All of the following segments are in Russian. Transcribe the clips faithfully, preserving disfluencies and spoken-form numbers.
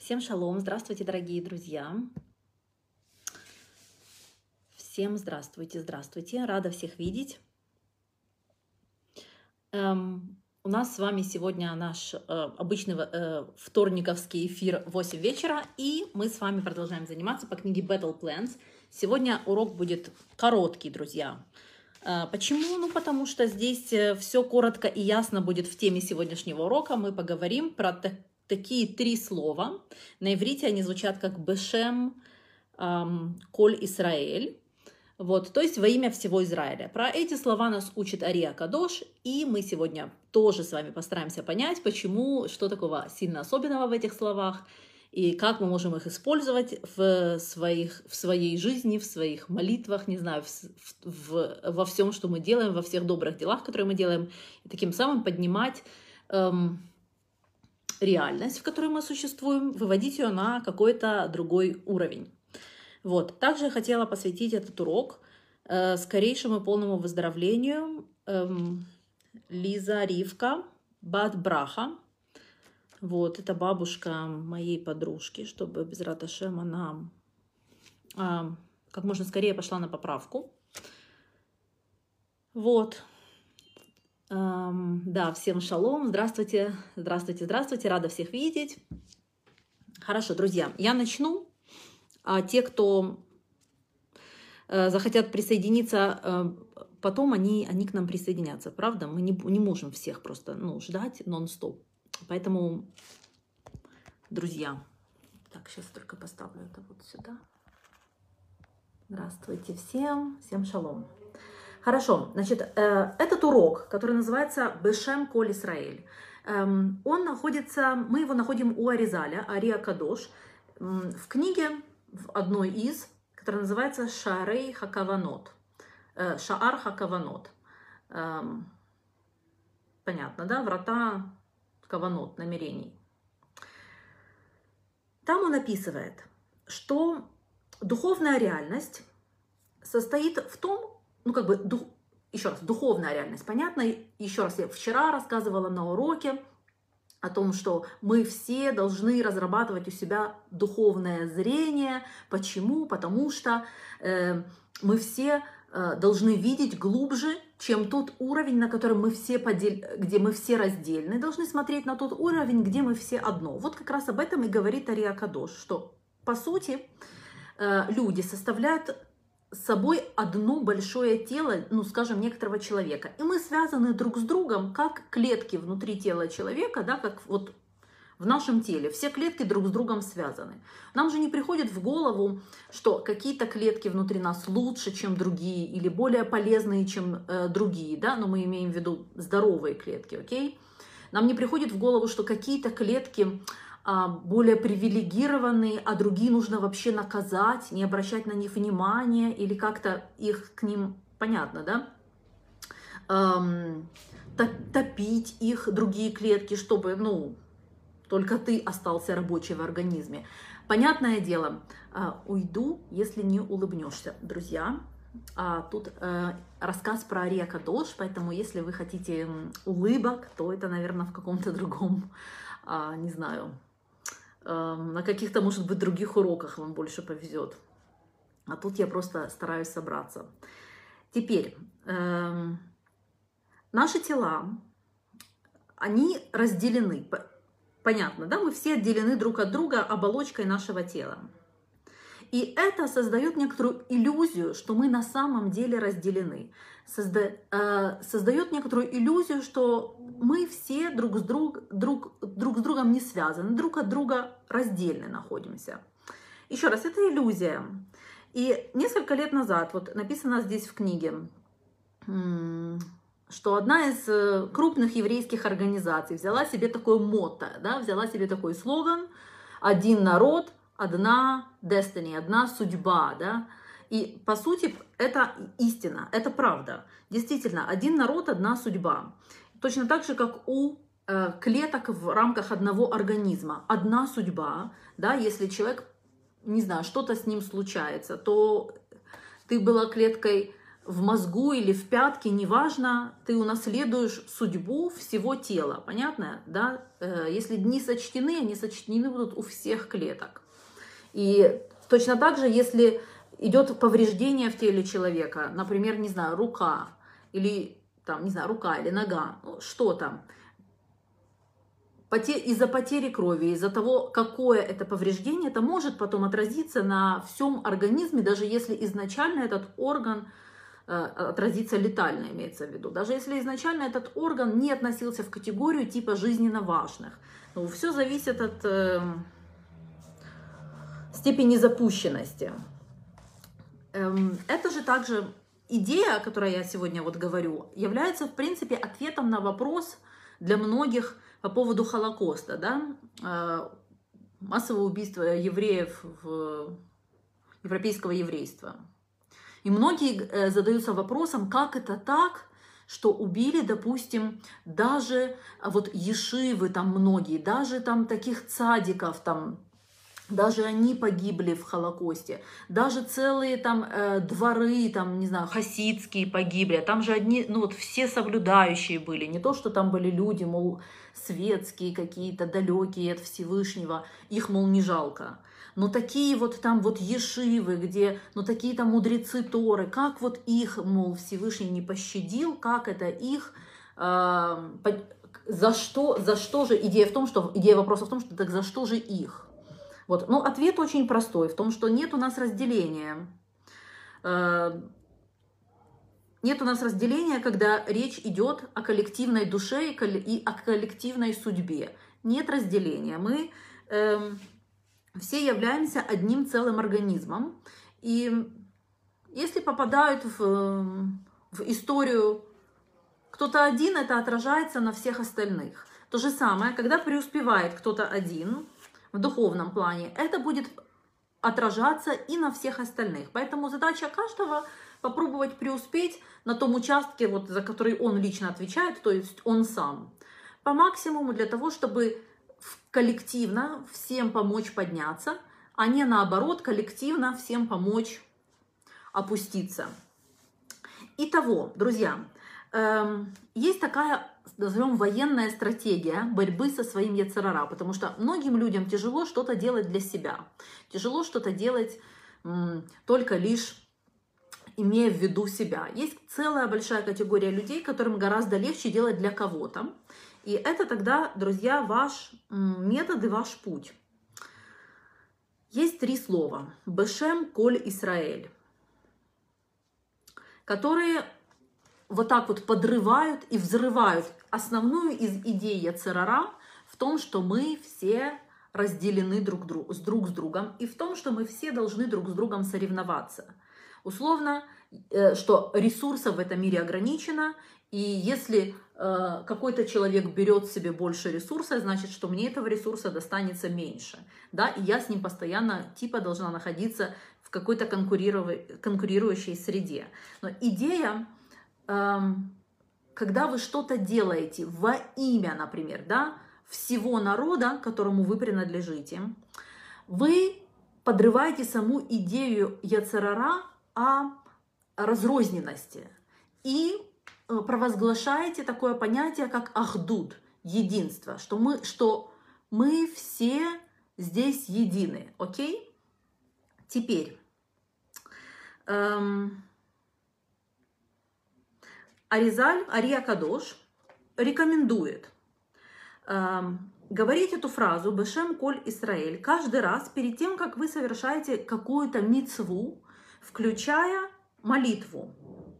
Всем шалом, здравствуйте, дорогие друзья. Всем здравствуйте, здравствуйте, рада всех видеть. Эм, у нас с вами сегодня наш э, обычный э, вторниковский эфир в восемь вечера, и мы с вами продолжаем заниматься по книге Battle Plans. Сегодня урок будет короткий, друзья. Э, почему? Ну, потому что здесь все коротко и ясно будет в теме сегодняшнего урока. Мы поговорим про такие три слова. На иврите они звучат как «Бешем эм, Коль Исраэль». Вот, то есть во имя всего Израиля. Про эти слова нас учит Ария Кадош, и мы сегодня тоже с вами постараемся понять, почему, что такого сильно особенного в этих словах, и как мы можем их использовать в, своих, в своей жизни, в своих молитвах, не знаю, в, в, во всем, что мы делаем, во всех добрых делах, которые мы делаем, и таким самым поднимать эм, реальность, в которой мы существуем, выводить ее на какой-то другой уровень. Вот. Также я хотела посвятить этот урок э, скорейшему и полному выздоровлению э, Лиза Ривка Бат Браха. Вот, это бабушка моей подружки, чтобы без Бе'эзрат Ашем она э, как можно скорее пошла на поправку. Вот. Эм, да, всем шалом, здравствуйте, здравствуйте, здравствуйте, рада всех видеть. Хорошо, друзья, я начну. А те, кто э, захотят присоединиться, э, потом они, они к нам присоединятся. Правда? Мы не, не можем всех просто ну, ждать нон-стоп. Поэтому, друзья, так, сейчас только поставлю это вот сюда. Здравствуйте всем, всем шалом. Хорошо, значит, э, этот урок, который называется «Бешем Коль Исраэль», э, он находится, мы его находим у Аризаля, Ария Кадош, э, в книге, в одной из, которая называется Шаарей Хакаванот. Шаар Хакаванот. Понятно, да? Врата Каванот, намерений. Там он описывает, что духовная реальность состоит в том, ну как бы, дух, еще раз, духовная реальность, понятно? Еще раз, я вчера рассказывала на уроке о том, что мы все должны разрабатывать у себя духовное зрение. Почему? Потому что э, мы все э, должны видеть глубже, чем тот уровень, на котором мы все подель... где мы все раздельны, должны смотреть на тот уровень, где мы все одно. Вот как раз об этом и говорит Ария Кадош, что по сути э, люди составляют с собой одно большое тело, ну, скажем, некоторого человека. И мы связаны друг с другом, как клетки внутри тела человека, да, как вот в нашем теле. Все клетки друг с другом связаны. Нам же не приходит в голову, что какие-то клетки внутри нас лучше, чем другие, или более полезные, чем э, другие, да, но мы имеем в виду здоровые клетки, окей? Нам не приходит в голову, что какие-то клетки более привилегированные, а другие нужно вообще наказать, не обращать на них внимания или как-то их к ним, понятно, да, эм, топить их, другие клетки, чтобы, ну, только ты остался рабочий в организме. Понятное дело, э, уйду, если не улыбнешься, друзья. А тут э, рассказ про Ария Кадош, поэтому если вы хотите улыбок, то это, наверное, в каком-то другом, э, не знаю, на каких-то, может быть, других уроках вам больше повезет. А тут я просто стараюсь собраться. Теперь, э, наши тела, они разделены. Понятно, да? Мы все отделены друг от друга оболочкой нашего тела. И это создает некоторую иллюзию, что мы на самом деле разделены. Созда, э, создает некоторую иллюзию, что мы все друг с, друг, друг, друг с другом не связаны, друг от друга раздельно находимся. Еще раз, это иллюзия. И несколько лет назад, вот написано здесь в книге, что одна из крупных еврейских организаций взяла себе такое мотто, да, взяла себе такой слоган «Один народ, одна destiny, одна судьба», да. И по сути это истина, это правда. Действительно, один народ, одна судьба. Точно так же, как у э, клеток в рамках одного организма. Одна судьба, да, если человек, не знаю, что-то с ним случается, то ты была клеткой в мозгу или в пятке, неважно, ты унаследуешь судьбу всего тела. Понятно? Да? Если дни сочтены, они сочтены будут у всех клеток. И точно так же, если идет повреждение в теле человека, например, не знаю, рука, или там, не знаю, рука или нога, что там, из-за потери крови, из-за того, какое это повреждение, это может потом отразиться на всем организме, даже если изначально этот орган отразится летально, имеется в виду. Даже если изначально этот орган не относился в категорию типа жизненно важных. Но все зависит от э, степени запущенности. Эм, это же также идея, о которой я сегодня вот говорю, является в принципе ответом на вопрос для многих по поводу Холокоста, да? э, массового убийства евреев, в, европейского еврейства. И многие задаются вопросом, как это так, что убили, допустим, даже вот ешивы там многие, даже там таких цадиков, там, даже они погибли в Холокосте, даже целые там э, дворы, там, не знаю, хасидские погибли, а там же одни, ну вот все соблюдающие были, не то, что там были люди, мол, светские какие-то, далекие от Всевышнего, их, мол, не жалко. Но такие вот там вот ешивы, где, ну такие там мудрецы Торы, как вот их, мол, Всевышний не пощадил, как это их, э, за что, за что же, идея в том, что, идея вопроса в том, что так за что же их? Вот, ну ответ очень простой, в том, что нет у нас разделения. Э, нет у нас разделения, когда речь идет о коллективной душе и о коллективной судьбе. Нет разделения. Мы... Э, Все являемся одним целым организмом. И если попадают в, в историю кто-то один, это отражается на всех остальных. То же самое, когда преуспевает кто-то один в духовном плане, это будет отражаться и на всех остальных. Поэтому задача каждого попробовать преуспеть на том участке, вот, за который он лично отвечает, то есть он сам, по максимуму для того, чтобы коллективно всем помочь подняться, а не наоборот коллективно всем помочь опуститься. Итого, друзья, есть такая, назовем, военная стратегия борьбы со своим яцер ара, потому что многим людям тяжело что-то делать для себя, тяжело что-то делать только лишь имея в виду себя. Есть целая большая категория людей, которым гораздо легче делать для кого-то. И это тогда, друзья, ваш метод и ваш путь. Есть три слова. Бешем коль Исраэль, которые вот так вот подрывают и взрывают основную из идей яцер ара в том, что мы все разделены друг, друг, с друг с другом, и в том, что мы все должны друг с другом соревноваться. Условно, что ресурсов в этом мире ограничено, и если э, какой-то человек берет себе больше ресурса, значит, что мне этого ресурса достанется меньше. Да? И я с ним постоянно типа должна находиться в какой-то конкурирующей, конкурирующей среде. Но идея, э, когда вы что-то делаете во имя, например, да, всего народа, которому вы принадлежите, вы подрываете саму идею яцер ара о разрозненности и провозглашаете такое понятие, как ахдут, единство, что мы, что мы все здесь едины, окей? Теперь, эм, Аризаль, Ария Кадош рекомендует эм, говорить эту фразу «Бешем коль Исраэль» каждый раз перед тем, как вы совершаете какую-то мицву, включая молитву.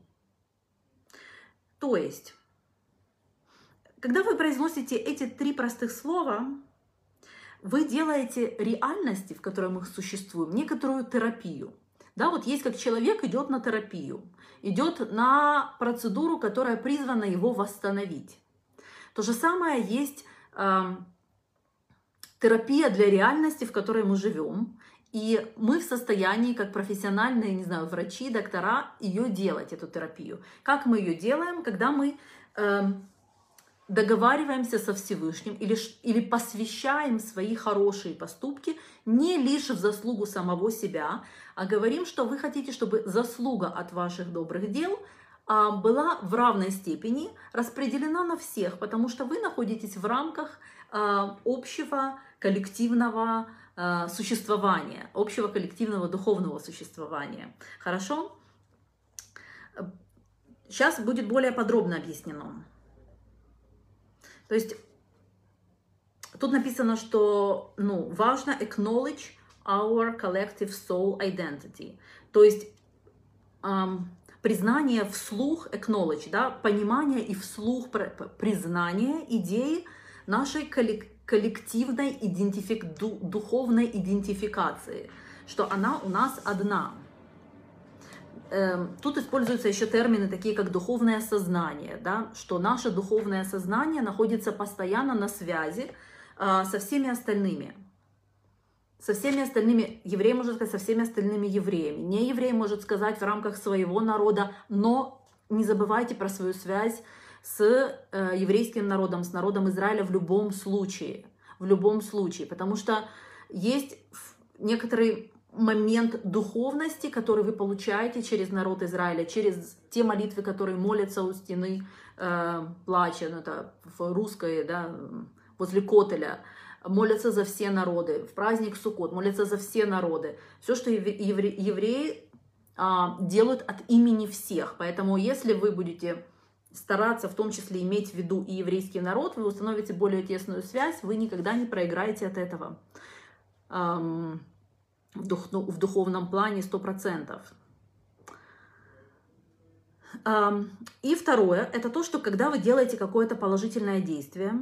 То есть, когда вы произносите эти три простых слова, вы делаете реальности, в которой мы существуем, некоторую терапию. Да, вот есть как человек идет на терапию, идет на процедуру, которая призвана его восстановить. То же самое есть э, терапия для реальности, в которой мы живем. И мы в состоянии, как профессиональные, не знаю, врачи, доктора, ее делать, эту терапию. Как мы ее делаем? Когда мы э, договариваемся со Всевышним или, или посвящаем свои хорошие поступки не лишь в заслугу самого себя, а говорим, что вы хотите, чтобы заслуга от ваших добрых дел а, была в равной степени распределена на всех, потому что вы находитесь в рамках а, общего коллективного а, существования, общего коллективного духовного существования. Хорошо? Сейчас будет более подробно объяснено. То есть тут написано, что ну, важно acknowledge our collective soul identity. То есть эм, признание вслух, acknowledge, да, понимание и вслух признание идеи нашей коллективной идентифик, духовной идентификации, что она у нас одна. Тут используются еще термины, такие как духовное сознание, да, что наше духовное сознание находится постоянно на связи э, со всеми остальными. Со всеми остальными, еврей может сказать, со всеми остальными евреями. Не еврей может сказать в рамках своего народа, но не забывайте про свою связь с э, еврейским народом, с народом Израиля в любом случае. В любом случае, потому что есть некоторые... момент духовности, который вы получаете через народ Израиля, через те молитвы, которые молятся у стены э, плача, ну, это в русской, да, возле Котеля, молятся за все народы, в праздник Суккот, молятся за все народы. Все, что евре, евреи э, делают от имени всех. Поэтому если вы будете стараться в том числе иметь в виду и еврейский народ, вы установите более тесную связь, вы никогда не проиграете от этого. Эм, В, дух, ну, в духовном плане сто процентов. И второе, это то, что когда вы делаете какое-то положительное действие,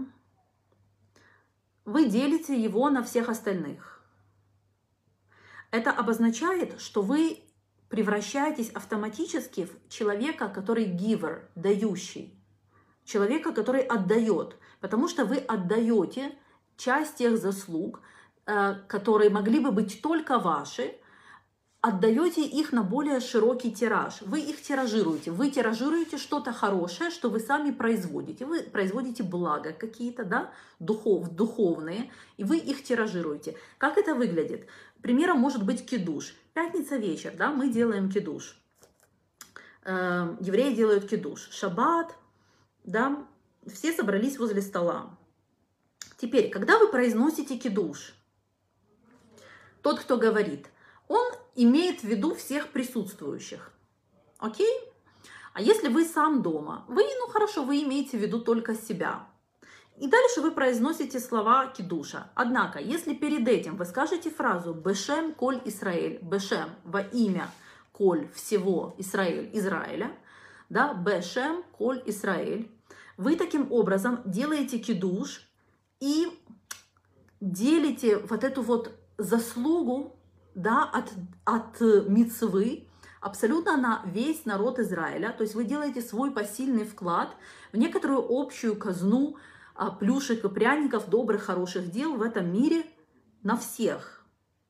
вы делите его на всех остальных. Это обозначает, что вы превращаетесь автоматически в человека, который giver, дающий. Человека, который отдает. Потому что вы отдаете часть тех заслуг, которые могли бы быть только ваши, отдаете их на более широкий тираж. Вы их тиражируете. Вы тиражируете что-то хорошее, что вы сами производите. Вы производите блага какие-то, да, духов, духовные, и вы их тиражируете. Как это выглядит? Примером может быть кидуш. Пятница вечер, да, мы делаем кидуш. Э, евреи делают кидуш. Шаббат, да, все собрались возле стола. Теперь, когда вы произносите кидуш, тот, кто говорит, он имеет в виду всех присутствующих. Окей? А если вы сам дома, вы, ну хорошо, вы имеете в виду только себя. И дальше вы произносите слова кидуша. Однако, если перед этим вы скажете фразу «Бешем коль Исраэль», «Бешем» во имя коль всего Израиль, Израиля, да, «Бешем коль Исраэль», вы таким образом делаете кидуш и делите вот эту вот заслугу, да, от, от мицвы абсолютно на весь народ Израиля. То есть вы делаете свой посильный вклад в некоторую общую казну а, плюшек и пряников, добрых, хороших дел в этом мире на всех.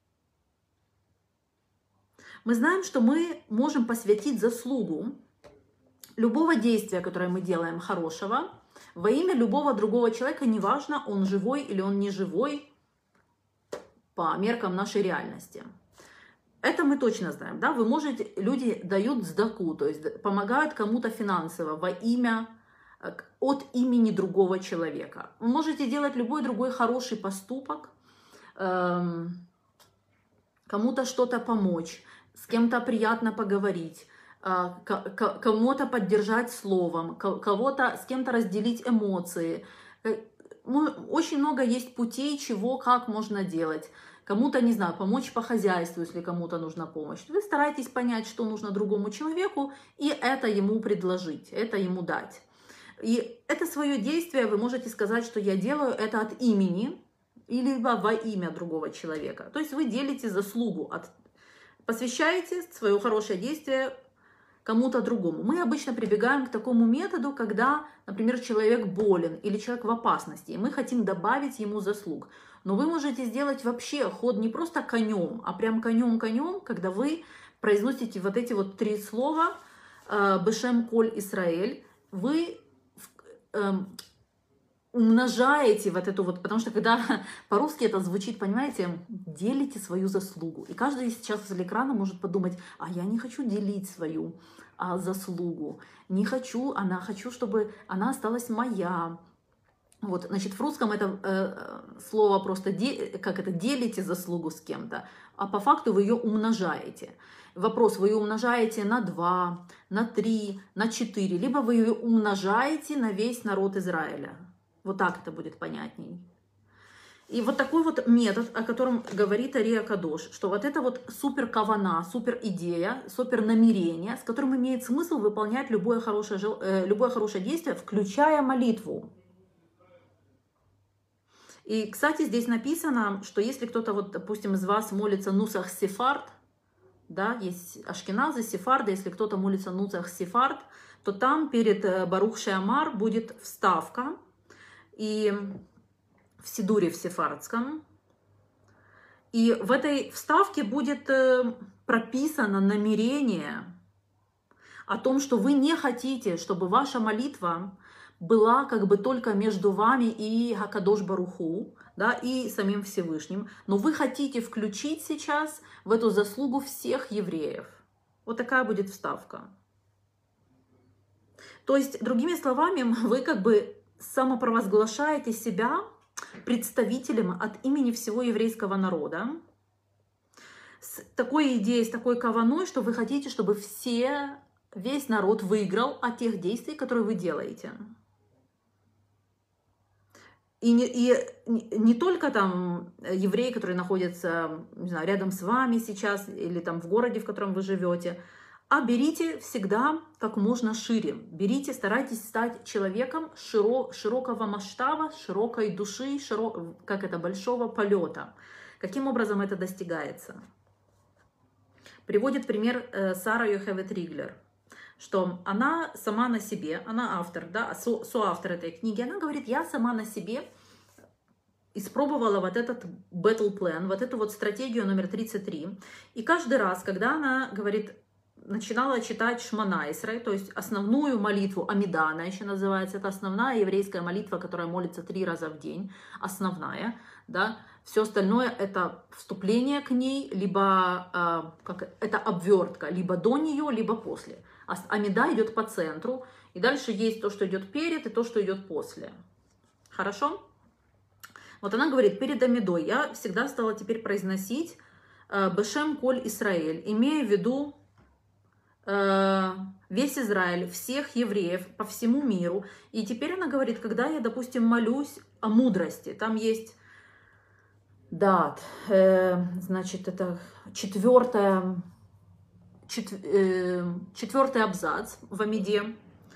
Мы знаем, что мы можем посвятить заслугу любого действия, которое мы делаем хорошего, во имя любого другого человека, неважно, он живой или он не живой, по меркам нашей реальности. Это мы точно знаем, да? Вы можете, люди дают сдаку, то есть помогают кому-то финансово во имя, от имени другого человека. Вы можете делать любой другой хороший поступок, эм, кому-то что-то помочь, с кем-то приятно поговорить, э, кому-то поддержать словом, кого-то с кем-то разделить эмоции. Очень много есть путей, чего, как можно делать. Кому-то, не знаю, помочь по хозяйству, если кому-то нужна помощь. Вы стараетесь понять, что нужно другому человеку, и это ему предложить, это ему дать. И это свое действие вы можете сказать, что я делаю это от имени, или во имя другого человека. То есть вы делите заслугу, от... посвящаете свое хорошее действие кому-то другому. Мы обычно прибегаем к такому методу, когда, например, человек болен или человек в опасности, и мы хотим добавить ему заслуг. Но вы можете сделать вообще ход не просто конем, а прям конем-конем, когда вы произносите вот эти вот три слова «Бешем коль Исраэль», вы умножаете вот эту вот, потому что когда по-русски это звучит, понимаете, делите свою заслугу. И каждый сейчас из экрана может подумать, а я не хочу делить свою а, заслугу, не хочу, она хочу, чтобы она осталась моя. Вот, значит, в русском это э, слово просто, де, как это, делите заслугу с кем-то, а по факту вы ее умножаете. Вопрос, вы ее умножаете на два, на три, на четыре, либо вы ее умножаете на весь народ Израиля. Вот так это будет понятней. И вот такой вот метод, о котором говорит Ария Кадош, что вот это вот супер кавана, супер идея, супер намерение, с которым имеет смысл выполнять любое хорошее, любое хорошее действие, включая молитву. И, кстати, здесь написано, что если кто-то, вот, допустим, из вас молится Нусах Сефард, да, есть ашкеназы, сефарды, если кто-то молится Нусах Сефард, то там перед Барух Шеамар будет вставка, и в Сидуре в сефардском. И в этой вставке будет прописано намерение о том, что вы не хотите, чтобы ваша молитва была как бы только между вами и Хакадош Баруху, да, и самим Всевышним, но вы хотите включить сейчас в эту заслугу всех евреев. Вот такая будет вставка. То есть, другими словами, вы как бы самопровозглашаете себя представителем от имени всего еврейского народа, с такой идеей, с такой каваной, что вы хотите, чтобы все, весь народ выиграл от тех действий, которые вы делаете. И не, и не только там евреи, которые находятся, не знаю, рядом с вами сейчас, или там в городе, в котором вы живете, а берите всегда как можно шире. Берите, старайтесь стать человеком широ, широкого масштаба, широкой души, широ, как это, большого полета. Каким образом это достигается? Приводит пример э, Сара Йохевед Риглер, что она сама на себе, она автор, да, со, соавтор этой книги, она говорит, я сама на себе испробовала вот этот battle plan, вот эту вот стратегию номер тридцать три. И каждый раз, когда она говорит, начинала читать Шмона Исрей, то есть основную молитву, Амидана еще называется, это основная еврейская молитва, которая молится три раза в день, основная, да, все остальное это вступление к ней, либо э, как, это обвертка, либо до нее, либо после. Амида идет по центру, и дальше есть то, что идет перед, и то, что идет после. Хорошо? Вот она говорит, перед Амидой я всегда стала теперь произносить э, Бешем Коль Исраэль, имея в виду весь Израиль, всех евреев по всему миру. И теперь она говорит, когда я, допустим, молюсь о мудрости, там есть дат, э, значит, это четвертая, чет, э, четвертый абзац в Амиде.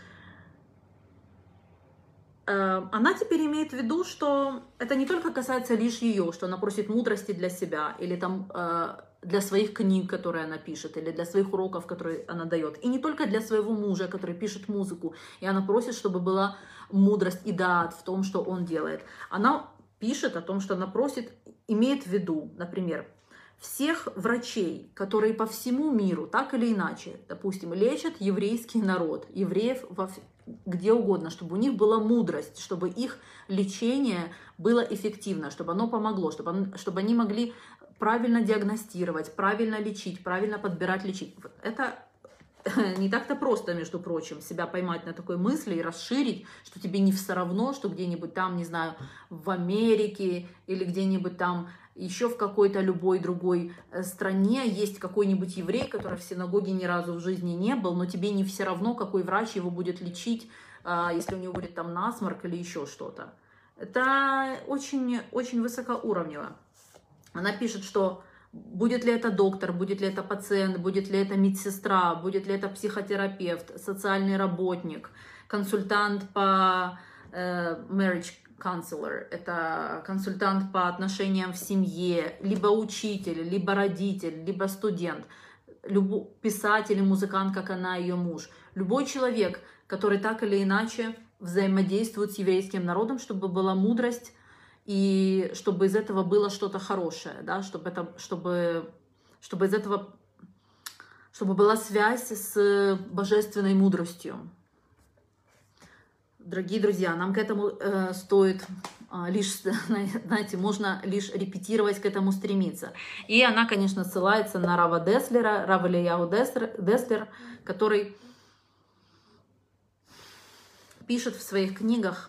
Э, она теперь имеет в виду, что это не только касается лишь ее, что она просит мудрости для себя, или там э, для своих книг, которые она пишет, или для своих уроков, которые она дает. И не только для своего мужа, который пишет музыку. И она просит, чтобы была мудрость и дат в том, что он делает. Она пишет о том, что она просит, имеет в виду, например, всех врачей, которые по всему миру, так или иначе, допустим, лечат еврейский народ, евреев во, где угодно, чтобы у них была мудрость, чтобы их лечение было эффективно, чтобы оно помогло, чтобы, чтобы они могли правильно диагностировать, правильно лечить, правильно подбирать лечить. Это не так-то просто, между прочим, себя поймать на такой мысли и расширить, что тебе не все равно, что где-нибудь там, не знаю, в Америке или где-нибудь там еще в какой-то любой другой стране есть какой-нибудь еврей, который в синагоге ни разу в жизни не был, но тебе не все равно, какой врач его будет лечить, если у него будет там насморк или еще что-то. Это очень, очень высокоуровнево. Она пишет, что будет ли это доктор, будет ли это пациент, будет ли это медсестра, будет ли это психотерапевт, социальный работник, консультант по э, marriage counselor, это консультант по отношениям в семье, либо учитель, либо родитель, либо студент, любой писатель и музыкант, как она, ее муж. Любой человек, который так или иначе взаимодействует с еврейским народом, чтобы была мудрость, и чтобы из этого было что-то хорошее, да, чтобы, это, чтобы, чтобы из этого, чтобы была связь с божественной мудростью. Дорогие друзья, нам к этому э, стоит э, лишь, знаете, можно лишь репетировать, к этому стремиться. И она, конечно, ссылается на Рава Деслера, Рав Элияу Деслер, который пишет в своих книгах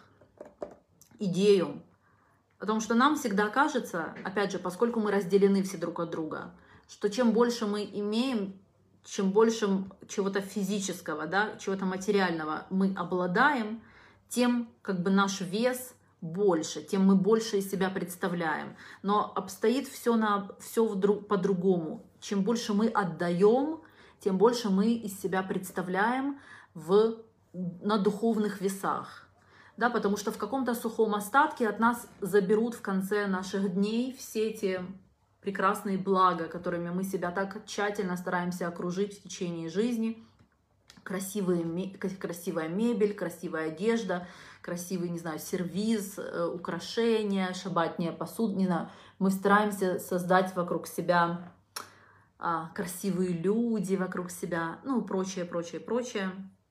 идею о том, что нам всегда кажется, опять же, поскольку мы разделены все друг от друга, что чем больше мы имеем, чем больше чего-то физического, да, чего-то материального мы обладаем, тем как бы наш вес больше, тем мы больше из себя представляем. Но обстоит все, на, все вдруг по-другому. Чем больше мы отдаем, тем больше мы из себя представляем в, на духовных весах. Да, потому что в каком-то сухом остатке от нас заберут в конце наших дней все эти прекрасные блага, которыми мы себя так тщательно стараемся окружить в течение жизни. Красивые, красивая мебель, красивая одежда, красивый, не знаю, сервиз, украшения, шабатняя посуда, не знаю. Мы стараемся создать вокруг себя а, красивые люди, вокруг себя, ну, прочее, прочее, прочее.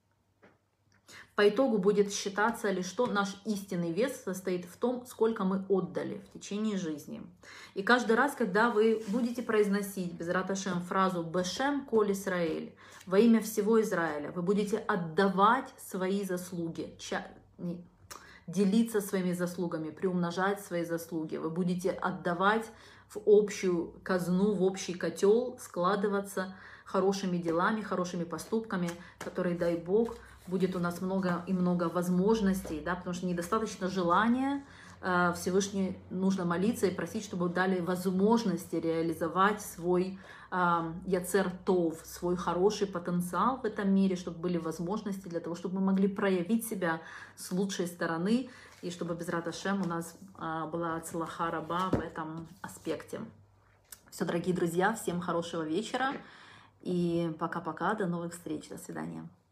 По итогу будет считаться лишь, что наш истинный вес состоит в том, сколько мы отдали в течение жизни. И каждый раз, когда вы будете произносить Безрат Ашем фразу «Бешем коль Исраэль», во имя всего Израиля, вы будете отдавать свои заслуги, делиться своими заслугами, приумножать свои заслуги. Вы будете отдавать в общую казну, в общий котел, складываться хорошими делами, хорошими поступками, которые, дай Бог, будет у нас много и много возможностей, да, потому что недостаточно желания, Всевышний нужно молиться и просить, чтобы дали возможности реализовать свой яцер тов, свой хороший потенциал в этом мире, чтобы были возможности для того, чтобы мы могли проявить себя с лучшей стороны, и чтобы Безрат Ашем у нас была ацлаха раба в этом аспекте. Все, дорогие друзья, всем хорошего вечера, и пока-пока, до новых встреч, до свидания.